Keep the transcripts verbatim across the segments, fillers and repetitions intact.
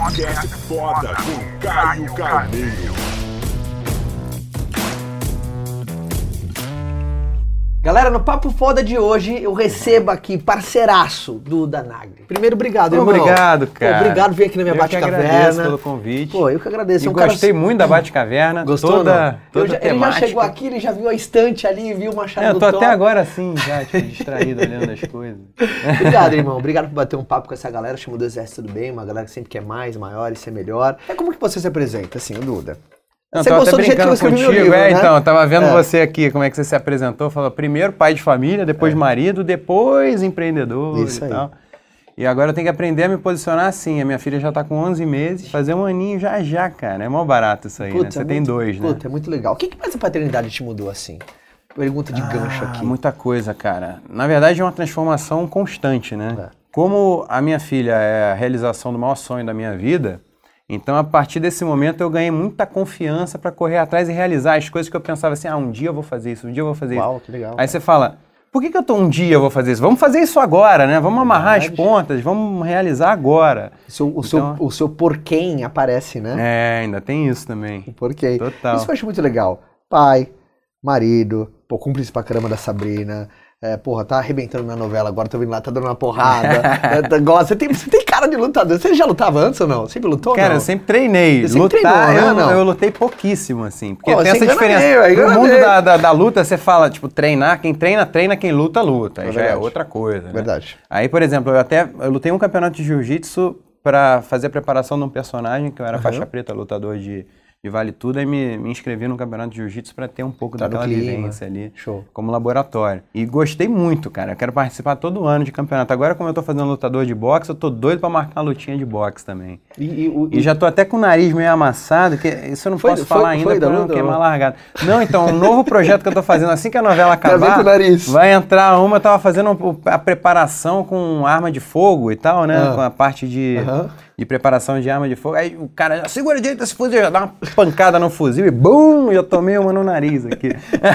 Podcast Foda com Caio Carneiro. Galera, no Papo Foda de hoje, eu recebo aqui parceiraço do Danagli. Primeiro, obrigado, irmão. Obrigado, cara. Pô, obrigado por vir aqui na minha Bate-Caverna. Eu Bate-Caverna. pelo convite. Pô, eu que agradeço. E é um gostei cara... muito da Bate-Caverna. Gostou, toda, toda já, temática. Ele já chegou aqui, ele já viu a estante ali, viu o machado é, eu do tô Thor. até agora assim, já, tipo, distraído, olhando as coisas. Obrigado, irmão. Obrigado por bater um papo com essa galera. Chamo do Exército do Bem, uma galera que sempre quer mais, maior e ser melhor. É como que você se apresenta, assim, o Duda? Não, você tava gostou até do jeito que eu brincando escrevi contigo, meu livro, é, né? então, eu tava vendo É. você aqui, como é que você se apresentou, falou primeiro pai de família, depois É. marido, depois empreendedor Isso e aí. tal. E agora eu tenho que aprender a me posicionar assim, a minha filha já tá com onze meses, fazer um aninho já já, cara, é mó barato isso aí, Puta, né? Você é tem muito- dois, né? Puta, é muito legal. O que, que mais a paternidade te mudou, assim? Pergunta de gancho Ah, aqui. muita coisa, cara. Na verdade é uma transformação constante, né? É. Como a minha filha é a realização do maior sonho da minha vida, então a partir desse momento eu ganhei muita confiança para correr atrás e realizar as coisas que eu pensava assim, ah, um dia eu vou fazer isso, um dia eu vou fazer Uau, isso. que legal. Aí você fala, por que, que eu tô um dia eu vou fazer isso? Vamos fazer isso agora, né? Vamos amarrar as Verdade. pontas, vamos realizar agora. O seu, o, Então- seu, o seu porquém aparece, né? É, ainda tem isso também. O porquê. Total. Isso eu acho muito legal. Pai, marido, pô, cúmplice pra caramba da Sabrina. É, porra, tá arrebentando na novela, agora tô vindo lá, tá dando uma porrada. é, tá- gosta. Você, tem, você tem cara de lutador. Você já lutava antes ou não? Sempre lutou ou Cara, não? eu sempre treinei. Você sempre Lutar, treinou, né? eu, Não. eu lutei pouquíssimo, assim. Porque Pô, tem você essa engana diferença. meio, aí No engana mundo meio. da, da, da luta, você fala, tipo, treinar, quem treina, treina, quem luta, luta. Aí É já é verdade. outra coisa, né? Verdade. Aí, por exemplo, eu até eu lutei um campeonato de jiu-jitsu pra fazer a preparação de um personagem, que eu era Uhum. faixa preta, lutador de, de vale tudo, aí me, me inscrevi no campeonato de jiu-jitsu pra ter um pouco Tá no daquela clima. vivência ali. Show. Como laboratório. E gostei muito, cara. Eu quero participar todo ano de campeonato. Agora, como eu tô fazendo lutador de boxe, eu tô doido pra marcar uma lutinha de boxe também. E, e, o- E já tô até com o nariz meio amassado, que isso eu não Foi- posso foi- falar ainda foi da pra não luta, queimar ou- largado. Não, então, um novo projeto que eu tô fazendo, assim que a novela Quero ver acabar, com o nariz. vai entrar uma, eu tava fazendo um- a preparação com arma de fogo e tal, né? Ah. Com a parte de, Aham. de preparação de arma de fogo. Aí o cara já segura direito esse fuzil, já dá uma pancada no fuzil e bum, já tomei uma no nariz aqui.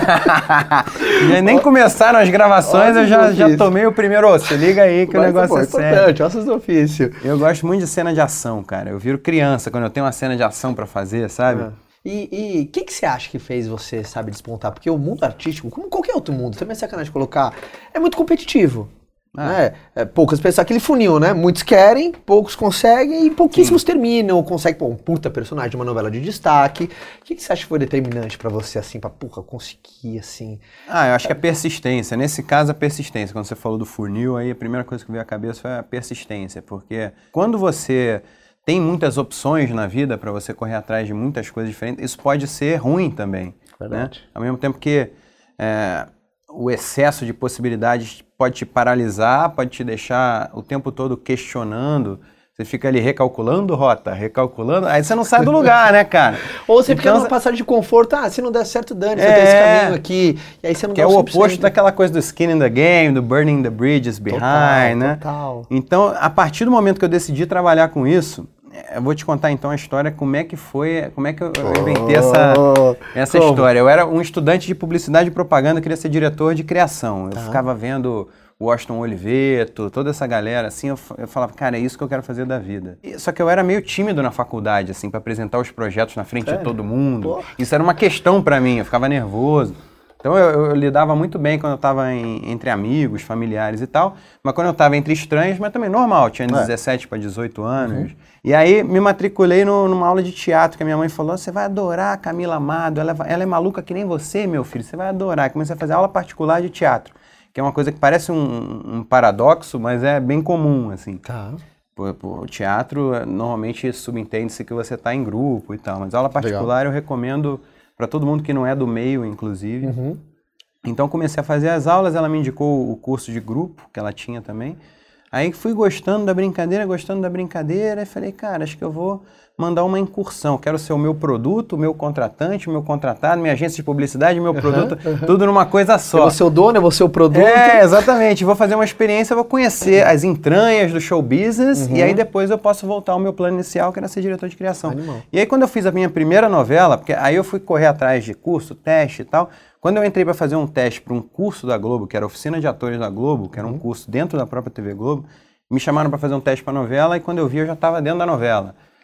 E nem começaram as gravações, Olha eu já, os já ofícios. tomei o primeiro, ô, se liga aí que o Mas, negócio pô, é sério. importante, ossos do ofício. Eu gosto muito de cena de ação, cara. Eu viro criança quando eu tenho uma cena de ação pra fazer, sabe? É. E o que, que você acha que fez você, sabe, despontar? Porque o mundo artístico, como qualquer outro mundo, também é sacanagem colocar, é muito competitivo. Ah. Né? É, poucas pessoas, aquele funil, né? Muitos querem, poucos conseguem e pouquíssimos terminam. Conseguem, pô, um puta personagem de uma novela de destaque. O que, que você acha que foi determinante pra você, assim, pra, porra, conseguir, assim? Ah, eu acho que a persistência. Nesse caso, a persistência. Quando você falou do funil, aí a primeira coisa que veio à cabeça foi a persistência. Porque quando você tem muitas opções na vida para você correr atrás de muitas coisas diferentes, isso pode ser ruim também. Verdade. Né? Ao mesmo tempo que é, o excesso de possibilidades pode te paralisar, pode te deixar o tempo todo questionando. Você fica ali recalculando rota, recalculando, aí você não sai do lugar, né, cara? Ou você fica Então, numa passagem de conforto, ah, se não der certo, dane, você É. tem esse caminho aqui, e aí você não Que dá é o o cem por cento. oposto daquela coisa do skin in the game, do burning the bridges behind, Total, né? total. Então, a partir do momento que eu decidi trabalhar com isso, eu vou te contar então a história, como é que foi, como é que eu eu inventei essa, essa como? história. Eu era um estudante de publicidade e propaganda, eu queria ser diretor de criação. Eu Tá. ficava vendo o Washington Oliveto, toda essa galera, assim, eu, f- eu falava, cara, é isso que eu quero fazer da vida. E- só que eu era meio tímido na faculdade, assim, para apresentar os projetos na frente Sério? de todo mundo. Pô. Isso era uma questão para mim, eu ficava nervoso. Então eu, eu lidava muito bem quando eu estava entre amigos, familiares e tal, mas quando eu estava entre estranhos, mas também normal, tinha É. dezessete para dezoito anos. E aí me matriculei no- numa aula de teatro que a minha mãe falou, você vai adorar a Camila Amado, ela, ela é maluca que nem você, meu filho, você vai adorar. Comecei a fazer aula particular de teatro, que é uma coisa que parece um, um paradoxo, mas é bem comum, assim. Tá. Pô, pô, o teatro, eh, normalmente subentende-se que você está em grupo e tal, mas aula particular eu recomendo para todo mundo que não é do meio, inclusive. Uhum. Então comecei a fazer as aulas, ela me indicou o curso de grupo, que ela tinha também. Aí fui gostando da brincadeira, gostando da brincadeira, e falei, cara, acho que eu vou mandar uma incursão. Quero ser o meu produto, o meu contratante, o meu contratado, minha agência de publicidade, o meu produto, tudo numa coisa só. Eu vou ser o dono, eu vou ser o produto. É, exatamente. Vou fazer uma experiência, vou conhecer as entranhas do show business, Uhum. e aí depois eu posso voltar ao meu plano inicial, que era ser diretor de criação. Animal. E aí quando eu fiz a minha primeira novela, porque aí eu fui correr atrás de curso, teste e tal, quando eu entrei para fazer um teste para um curso da Globo, que era a Oficina de Atores da Globo, que era um curso dentro da própria T V Globo, me chamaram para fazer um teste para novela, e quando eu vi eu já estava dentro da novela.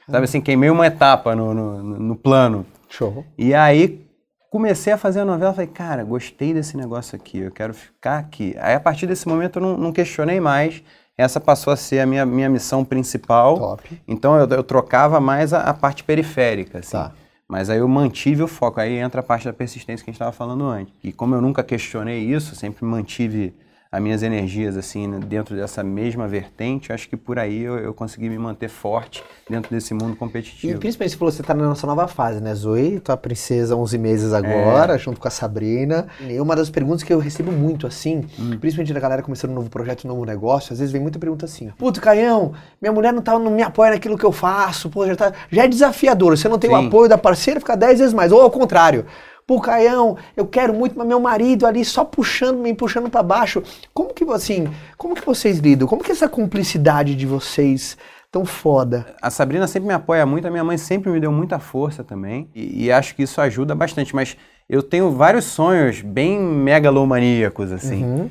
Sabe assim, queimei uma etapa no, no, no plano. Show. E aí comecei a fazer a novela, falei, cara, gostei desse negócio aqui, eu quero ficar aqui. Aí a partir desse momento eu não, não questionei mais, essa passou a ser a minha, minha missão principal. Top. Então eu, eu trocava mais a, a parte periférica, assim. Tá. Mas aí eu mantive o foco, aí entra a parte da persistência que a gente estava falando antes. E como eu nunca questionei isso, sempre mantive as minhas energias assim dentro dessa mesma vertente, acho que por aí eu, eu consegui me manter forte dentro desse mundo competitivo. E principalmente você falou que você tá na nossa nova fase, né, Zoe? Tua princesa onze meses agora, é. junto com a Sabrina. E uma das perguntas que eu recebo muito, assim, hum. principalmente da galera começando um novo projeto, um novo negócio, às vezes vem muita pergunta assim, puto, Caião, minha mulher não, tá, não me apoia naquilo que eu faço, pô, já, tá, já é desafiador, você não tem Sim. o apoio da parceira, fica dez vezes mais, ou ao contrário. Pô, Caião, eu quero muito, mas meu marido ali só puxando, me puxando pra baixo. Como que, assim, como que vocês lidam? Como que essa cumplicidade de vocês tão foda? A Sabrina sempre me apoia muito, a minha mãe sempre me deu muita força também. E, e acho que isso ajuda bastante, mas eu tenho vários sonhos bem megalomaníacos, assim. Uhum.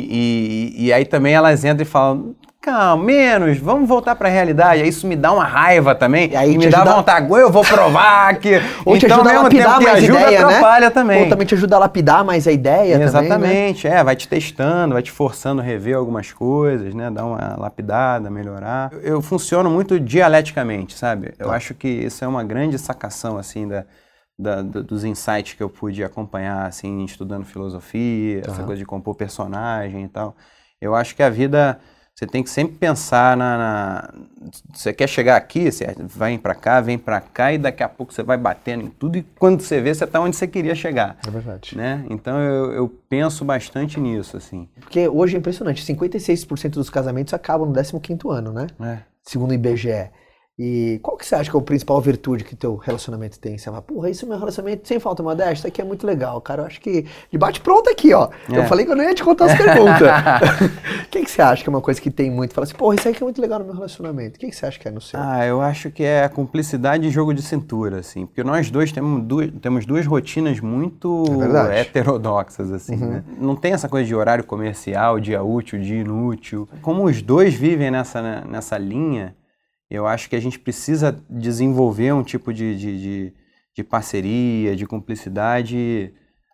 E, e, e aí também elas entram e falam... Calma, menos, vamos voltar pra realidade. Aí isso me dá uma raiva também. E aí me dá ajuda... vontade, eu vou provar que... Ou te então, ajuda a lapidar mais ajuda, ideia, atrapalha né? também. Ou também te ajuda a lapidar mais a ideia Exatamente, também, né? é, vai te testando, vai te forçando a rever algumas coisas, né? Dar uma lapidada, melhorar. Eu, eu funciono muito dialeticamente, sabe? Eu tá. acho que isso é uma grande sacação, assim, da... Da, dos insights que eu pude acompanhar, assim, estudando filosofia, tá. essa coisa de compor personagem e tal. Eu acho que a vida... Você tem que sempre pensar na, na... Você quer chegar aqui, você vai pra cá, vem pra cá e daqui a pouco você vai batendo em tudo e quando você vê, você tá onde você queria chegar. É verdade. Né? Então eu, eu penso bastante nisso, assim. Porque hoje é impressionante, cinquenta e seis por cento dos casamentos acabam no décimo quinto ano, né? É. Segundo o I B G E. E qual que você acha que é a principal virtude que teu relacionamento tem? Você fala, porra, isso é meu relacionamento sem falta modéstia, isso aqui é muito legal, cara. Eu acho que de bate pronto aqui, ó. É. Eu falei que eu não ia te contar as perguntas. O que, que você acha que é uma coisa que tem muito? Fala assim, porra, isso aqui é muito legal no meu relacionamento. O que, que você acha que é no seu? Ah, eu acho que é a cumplicidade e jogo de cintura, assim. Porque nós dois temos duas, temos duas rotinas muito é heterodoxas, assim, uhum. né? Não tem essa coisa de horário comercial, dia útil, dia inútil. Como os dois vivem nessa, nessa linha... Eu acho que a gente precisa desenvolver um tipo de, de, de, de parceria, de cumplicidade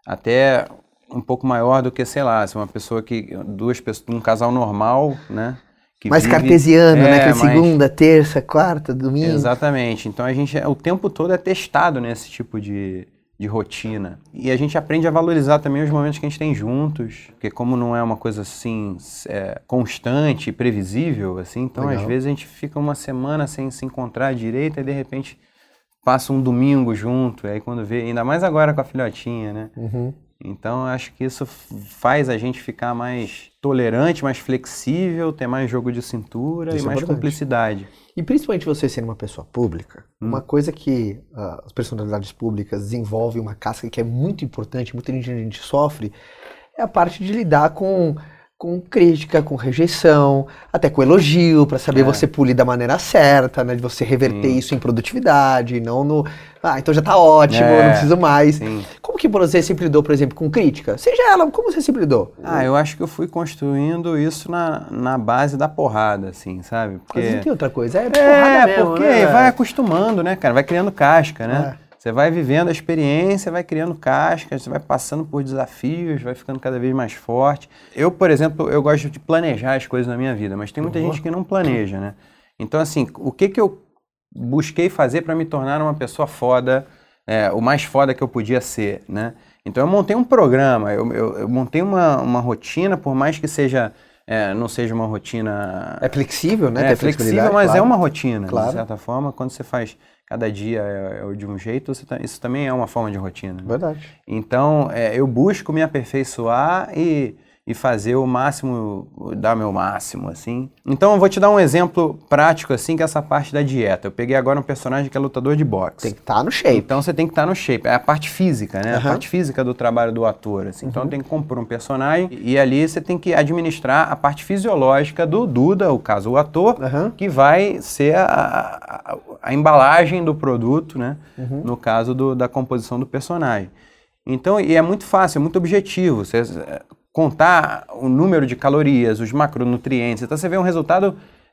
até um pouco maior do que, sei lá, se uma pessoa que... Duas pessoas, um casal normal, né? Que mais vive, cartesiano, é, né? Que é mais, segunda, terça, quarta, domingo. Exatamente. Então a gente, o tempo todo é testado nesse tipo de... de rotina. E a gente aprende a valorizar também os momentos que a gente tem juntos, porque como não é uma coisa assim é, constante e previsível, assim, então Legal. Às vezes a gente fica uma semana sem se encontrar direito e de repente passa um domingo junto, e aí quando vê, ainda mais agora com a filhotinha, né? Uhum. Então acho que isso faz a gente ficar mais tolerante, mais flexível, ter mais jogo de cintura isso e mais é cumplicidade. E principalmente você sendo uma pessoa pública, hum. uma coisa que uh, as personalidades públicas desenvolvem uma casca que é muito importante, muita gente, a gente sofre, é a parte de lidar com, com crítica, com rejeição, até com elogio, para saber é. você polir da maneira certa, né, de você reverter Sim. isso em produtividade, não no... Ah, então já tá ótimo, é. não preciso mais. Sim. Como que você sempre lidou, por exemplo, com crítica? Seja ela, como você sempre lidou? Ah, eu acho que eu fui construindo isso na, na base da porrada, assim, sabe? Porque... Mas não tem outra coisa, é porrada é, mesmo, porque né? vai acostumando, né, cara? Vai criando casca, né? É. Você vai vivendo a experiência, vai criando casca, você vai passando por desafios, vai ficando cada vez mais forte. Eu, por exemplo, eu gosto de planejar as coisas na minha vida, mas tem muita uhum. gente que não planeja, né? Então, assim, o que que eu busquei fazer para me tornar uma pessoa foda, é, o mais foda que eu podia ser, né? Então eu montei um programa, eu, eu, eu montei uma, uma rotina, por mais que seja, é, não seja uma rotina... É flexível, né? É flexível, mas claro. é uma rotina, claro. de certa forma. Quando você faz cada dia é, é de um jeito, você tá, isso também é uma forma de rotina. Né? Verdade. Então é, eu busco me aperfeiçoar e... e fazer o máximo, dar meu máximo, assim. Então eu vou te dar um exemplo prático, assim, que é essa parte da dieta. Eu peguei agora um personagem que é lutador de boxe. Tem que estar tá no shape. Então você tem que estar tá no shape. É a parte física, né? Uhum. A parte física do trabalho do ator, assim. Então Uhum. tem que compor um personagem e ali você tem que administrar a parte fisiológica do Duda, o caso o ator, uhum. que vai ser a, a, a embalagem do produto, né? Uhum. No caso do, da composição do personagem. Então, e é muito fácil, é muito objetivo. Você... contar o número de calorias, os macronutrientes, então você vê um resultado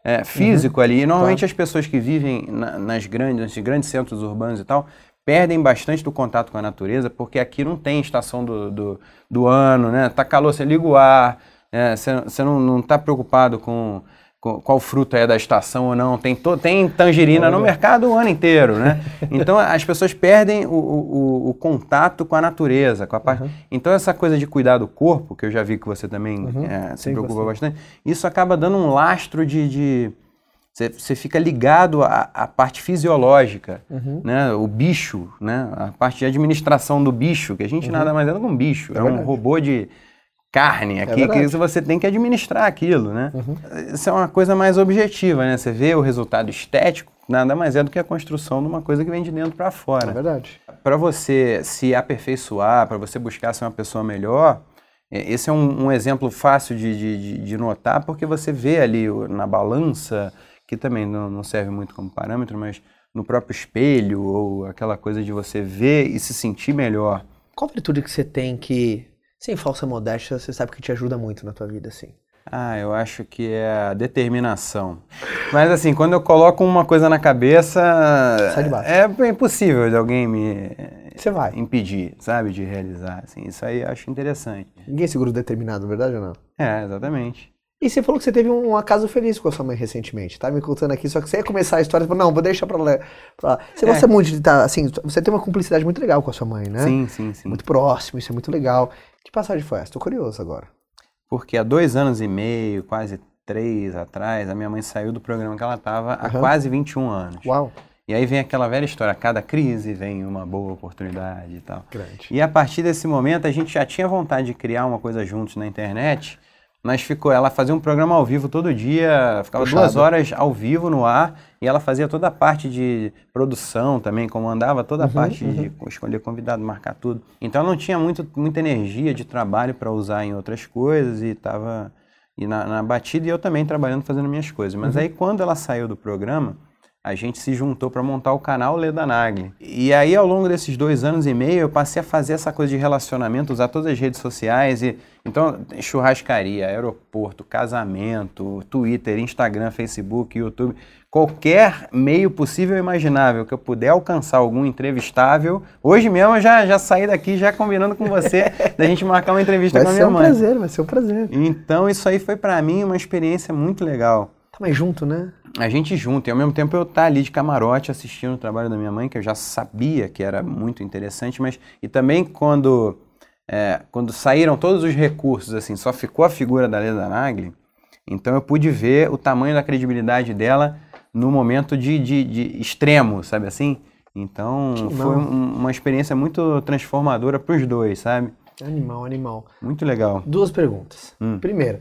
é, físico uhum. ali. E normalmente claro. As pessoas que vivem na, nas grandes, nos grandes centros urbanos e tal, perdem bastante do contato com a natureza, porque aqui não tem estação do, do, do ano, né? Tá calor, você liga o ar, você é, não, não tá preocupado com, com qual fruta é da estação ou não. Tem, to, tem tangerina é no mercado o ano inteiro, né? Então as pessoas perdem o, o, o contato com a natureza, com a parte. Uhum. Então essa coisa de cuidar do corpo, que eu já vi que você também uhum. é, se preocupa você. bastante, isso acaba dando um lastro de... de Você fica ligado à, à parte fisiológica, uhum. né? O bicho, né? A parte de administração do bicho, que a gente uhum. nada mais é do que um bicho, é, é um robô de carne aqui, é que você tem que administrar aquilo, né? Uhum. Isso é uma coisa mais objetiva, né? Você vê o resultado estético, nada mais é do que a construção de uma coisa que vem de dentro para fora. É verdade. Para você se aperfeiçoar, para você buscar ser uma pessoa melhor, esse é um, um exemplo fácil de, de, de notar, porque você vê ali na balança, que também não, não serve muito como parâmetro, mas no próprio espelho, ou aquela coisa de você ver e se sentir melhor. Qual virtude que você tem que, sem falsa modéstia, você sabe que te ajuda muito na tua vida, assim? Ah, eu acho que é a determinação. Mas assim, quando eu coloco uma coisa na cabeça, sai de baixo. É impossível de alguém me você vai. impedir, sabe, de realizar. Assim, isso aí eu acho interessante. Ninguém segura o determinado, verdade ou não? É, exatamente. E você falou que você teve um acaso feliz com a sua mãe recentemente, tá me contando aqui, só que você ia começar a história, você falou, não, vou deixar pra lá. Pra lá. Você é. gosta muito de estar, assim, você tem uma cumplicidade muito legal com a sua mãe, né? Sim, sim, sim. Muito próximo, isso é muito legal. Que passagem foi essa? Tô curioso agora. Porque há dois anos e meio, quase três atrás, a minha mãe saiu do programa que ela estava há Uhum. quase vinte e um anos. Uau! E aí vem aquela velha história, a cada crise vem uma boa oportunidade e tal. Grande. E a partir desse momento a gente já tinha vontade de criar uma coisa juntos na internet, mas ficou, ela fazia um programa ao vivo todo dia, ficava Puxado. duas horas ao vivo no ar, e ela fazia toda a parte de produção também, comandava toda a uhum, parte uhum. de escolher convidado, marcar tudo. Então ela não tinha muito, muita energia de trabalho para usar em outras coisas, e estava e na, na batida, e eu também trabalhando, fazendo minhas coisas. Mas uhum. aí quando ela saiu do programa, a gente se juntou para montar o canal Leda Nagli. E aí, ao longo desses dois anos e meio, eu passei a fazer essa coisa de relacionamento, usar todas as redes sociais. E, então, churrascaria, aeroporto, casamento, Twitter, Instagram, Facebook, YouTube, qualquer meio possível e imaginável que eu puder alcançar algum entrevistável. Hoje mesmo eu já, já saí daqui já combinando com você da gente marcar uma entrevista vai com a minha mãe. Vai ser um prazer, vai ser um prazer. Então, isso aí foi para mim uma experiência muito legal. Tá mais junto, né? A gente junto, e ao mesmo tempo eu estar ali de camarote assistindo o trabalho da minha mãe, que eu já sabia que era muito interessante, mas e também quando, é, quando saíram todos os recursos, assim, só ficou a figura da Leda Nagli, então eu pude ver o tamanho da credibilidade dela no momento de, de, de extremo, sabe assim? Então foi um, uma experiência muito transformadora para os dois, sabe? Animal, animal. Muito legal. Duas perguntas. Hum. Primeira,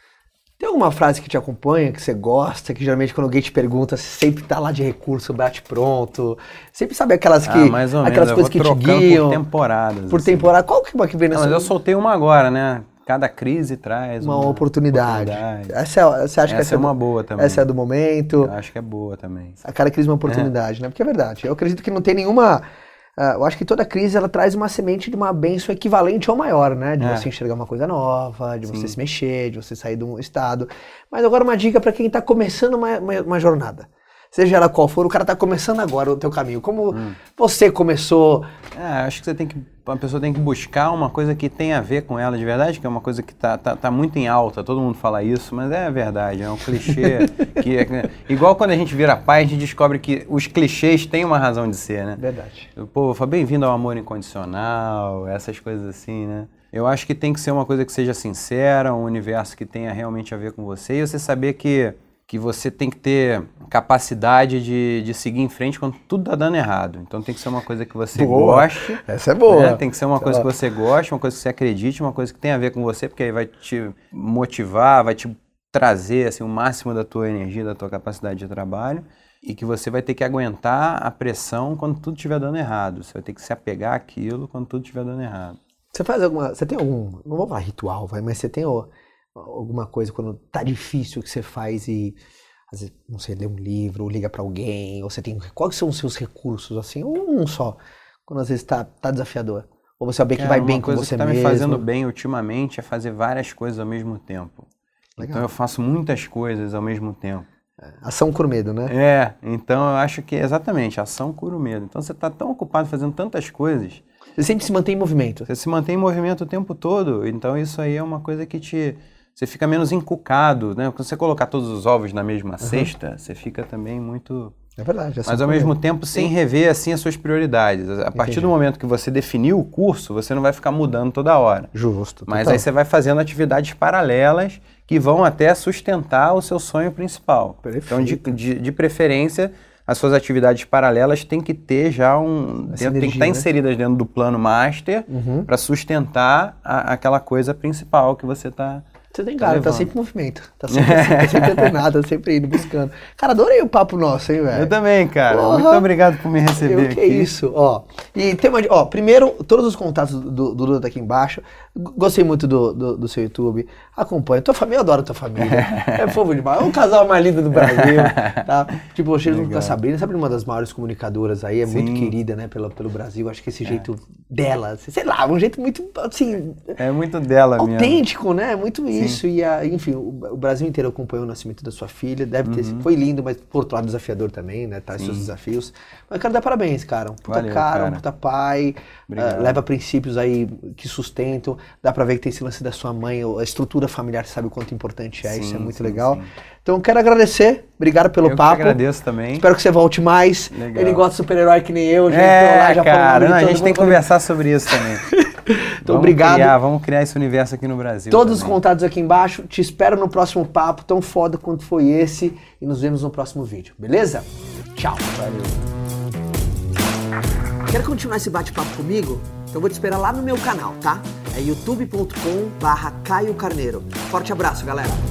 tem alguma frase que te acompanha, que você gosta, que geralmente quando alguém te pergunta, você sempre tá lá de recurso, bate pronto, sempre sabe aquelas que, ah, mais ou aquelas menos. coisas que te guiam. Por temporadas. Por assim. temporada. Qual que que vem nessa? Não, mas eu soltei uma agora, né? Cada crise traz uma, uma oportunidade. oportunidade. Essa é, você acha essa que essa é uma boa também. Essa é do momento. Eu acho que é boa também. A cada crise uma oportunidade, é. né? Porque é verdade. Eu acredito que não tem nenhuma... Uh, eu acho que toda crise ela traz uma semente de uma bênção equivalente ou maior, né? De é. você enxergar uma coisa nova, de Sim. você se mexer, de você sair de um estado. Mas agora uma dica para quem está começando uma, uma, uma jornada. Seja ela qual for, o cara está começando agora o teu caminho. Como hum. você começou? É, acho que você tem que, a pessoa tem que buscar uma coisa que tenha a ver com ela de verdade, que é uma coisa que tá, tá, tá muito em alta, todo mundo fala isso, mas é verdade, é um clichê. que é, igual quando a gente vira pai, a gente descobre que os clichês têm uma razão de ser, né? Verdade. O povo fala, bem-vindo ao amor incondicional, essas coisas assim, né? Eu acho que tem que ser uma coisa que seja sincera, um universo que tenha realmente a ver com você, e você saber que que você tem que ter capacidade de, de seguir em frente quando tudo tá dando errado. Então tem que ser uma coisa que você boa. goste. Essa é boa. Né? Tem que ser uma coisa que você goste, uma coisa que você acredite, uma coisa que tem a ver com você, porque aí vai te motivar, vai te trazer assim, o máximo da tua energia, da tua capacidade de trabalho, e que você vai ter que aguentar a pressão quando tudo estiver dando errado. Você vai ter que se apegar àquilo quando tudo estiver dando errado. Você faz alguma... Você tem algum... Não vou falar ritual, vai, mas você tem... Ó, alguma coisa quando tá difícil que você faz e às vezes, não sei, lê um livro, ou liga pra alguém, ou você tem, quais são os seus recursos, assim, ou um só, quando às vezes tá, tá desafiador, ou você sabe que vai bem com você mesmo. Uma coisa que tá me fazendo bem ultimamente é fazer várias coisas ao mesmo tempo. Legal. Então eu faço muitas coisas ao mesmo tempo. Ação cura o medo, né? É, então eu acho que exatamente, ação cura o medo. Então você está tão ocupado fazendo tantas coisas. Você sempre se mantém em movimento. Você se mantém em movimento o tempo todo, então isso aí é uma coisa que te... Você fica menos encucado, né? Quando você colocar todos os ovos na mesma uhum. cesta, você fica também muito... É verdade. Mas ao mesmo tempo sem Sim. rever assim as suas prioridades. A Entendi. Partir do momento que você definiu o curso, você não vai ficar mudando toda hora. Justo. Mas total. aí você vai fazendo atividades paralelas que vão até sustentar o seu sonho principal. Perfeito. Então, de, de, de preferência, as suas atividades paralelas têm que ter já um... Dentro, energia, tem que estar né? inseridas dentro do plano master uhum. para sustentar a, aquela coisa principal que você está... Você tem cara, tá, tá sempre em movimento, tá sempre, assim, tá sempre antenado, tá sempre indo, buscando. Cara, adorei o papo nosso, hein, velho? Eu também, cara. Porra. Muito obrigado por me receber Eu, aqui. Que isso, ó. E tem uma, ó, primeiro, todos os contatos do Duda tá aqui embaixo. Gostei muito do, do, do seu YouTube. Acompanha. Tua família, eu adoro tua família. É fofo demais. É o casal mais lindo do Brasil, tá? Tipo, eu chego junto com a Sabrina. Sabrina é uma das maiores comunicadoras aí, é Sim. muito querida, né, pelo, pelo Brasil. Acho que esse jeito é. dela, sei lá, um jeito muito, assim... É muito dela mesmo. Autêntico, né? Muito isso. E, a, enfim, o, o Brasil inteiro acompanhou o nascimento da sua filha. Deve ter uhum. Foi lindo, mas por outro lado desafiador também, né? Tá, os seus desafios. Mas eu quero dar parabéns, cara. Um puta Valeu, cara, cara, um puta pai. Uh, leva princípios aí que sustentam. Dá pra ver que tem esse lance da sua mãe, a estrutura familiar, sabe o quanto importante é. Sim, isso é muito sim, legal. Sim. Então eu quero agradecer. Obrigado pelo eu papo. Eu agradeço também. Espero que você volte mais. Legal. Ele gosta de super-herói que nem eu. Já é, lá, já cara. Não, a gente tem que conversar sobre isso também. Então, vamos obrigado. Criar, vamos criar esse universo aqui no Brasil. Todos também. os contatos aqui embaixo. Te espero no próximo papo, tão foda quanto foi esse. E nos vemos no próximo vídeo. Beleza? Tchau. Valeu. Quer continuar esse bate-papo comigo? Então vou te esperar lá no meu canal, tá? É youtube ponto com barra Caio Carneiro. Forte abraço, galera.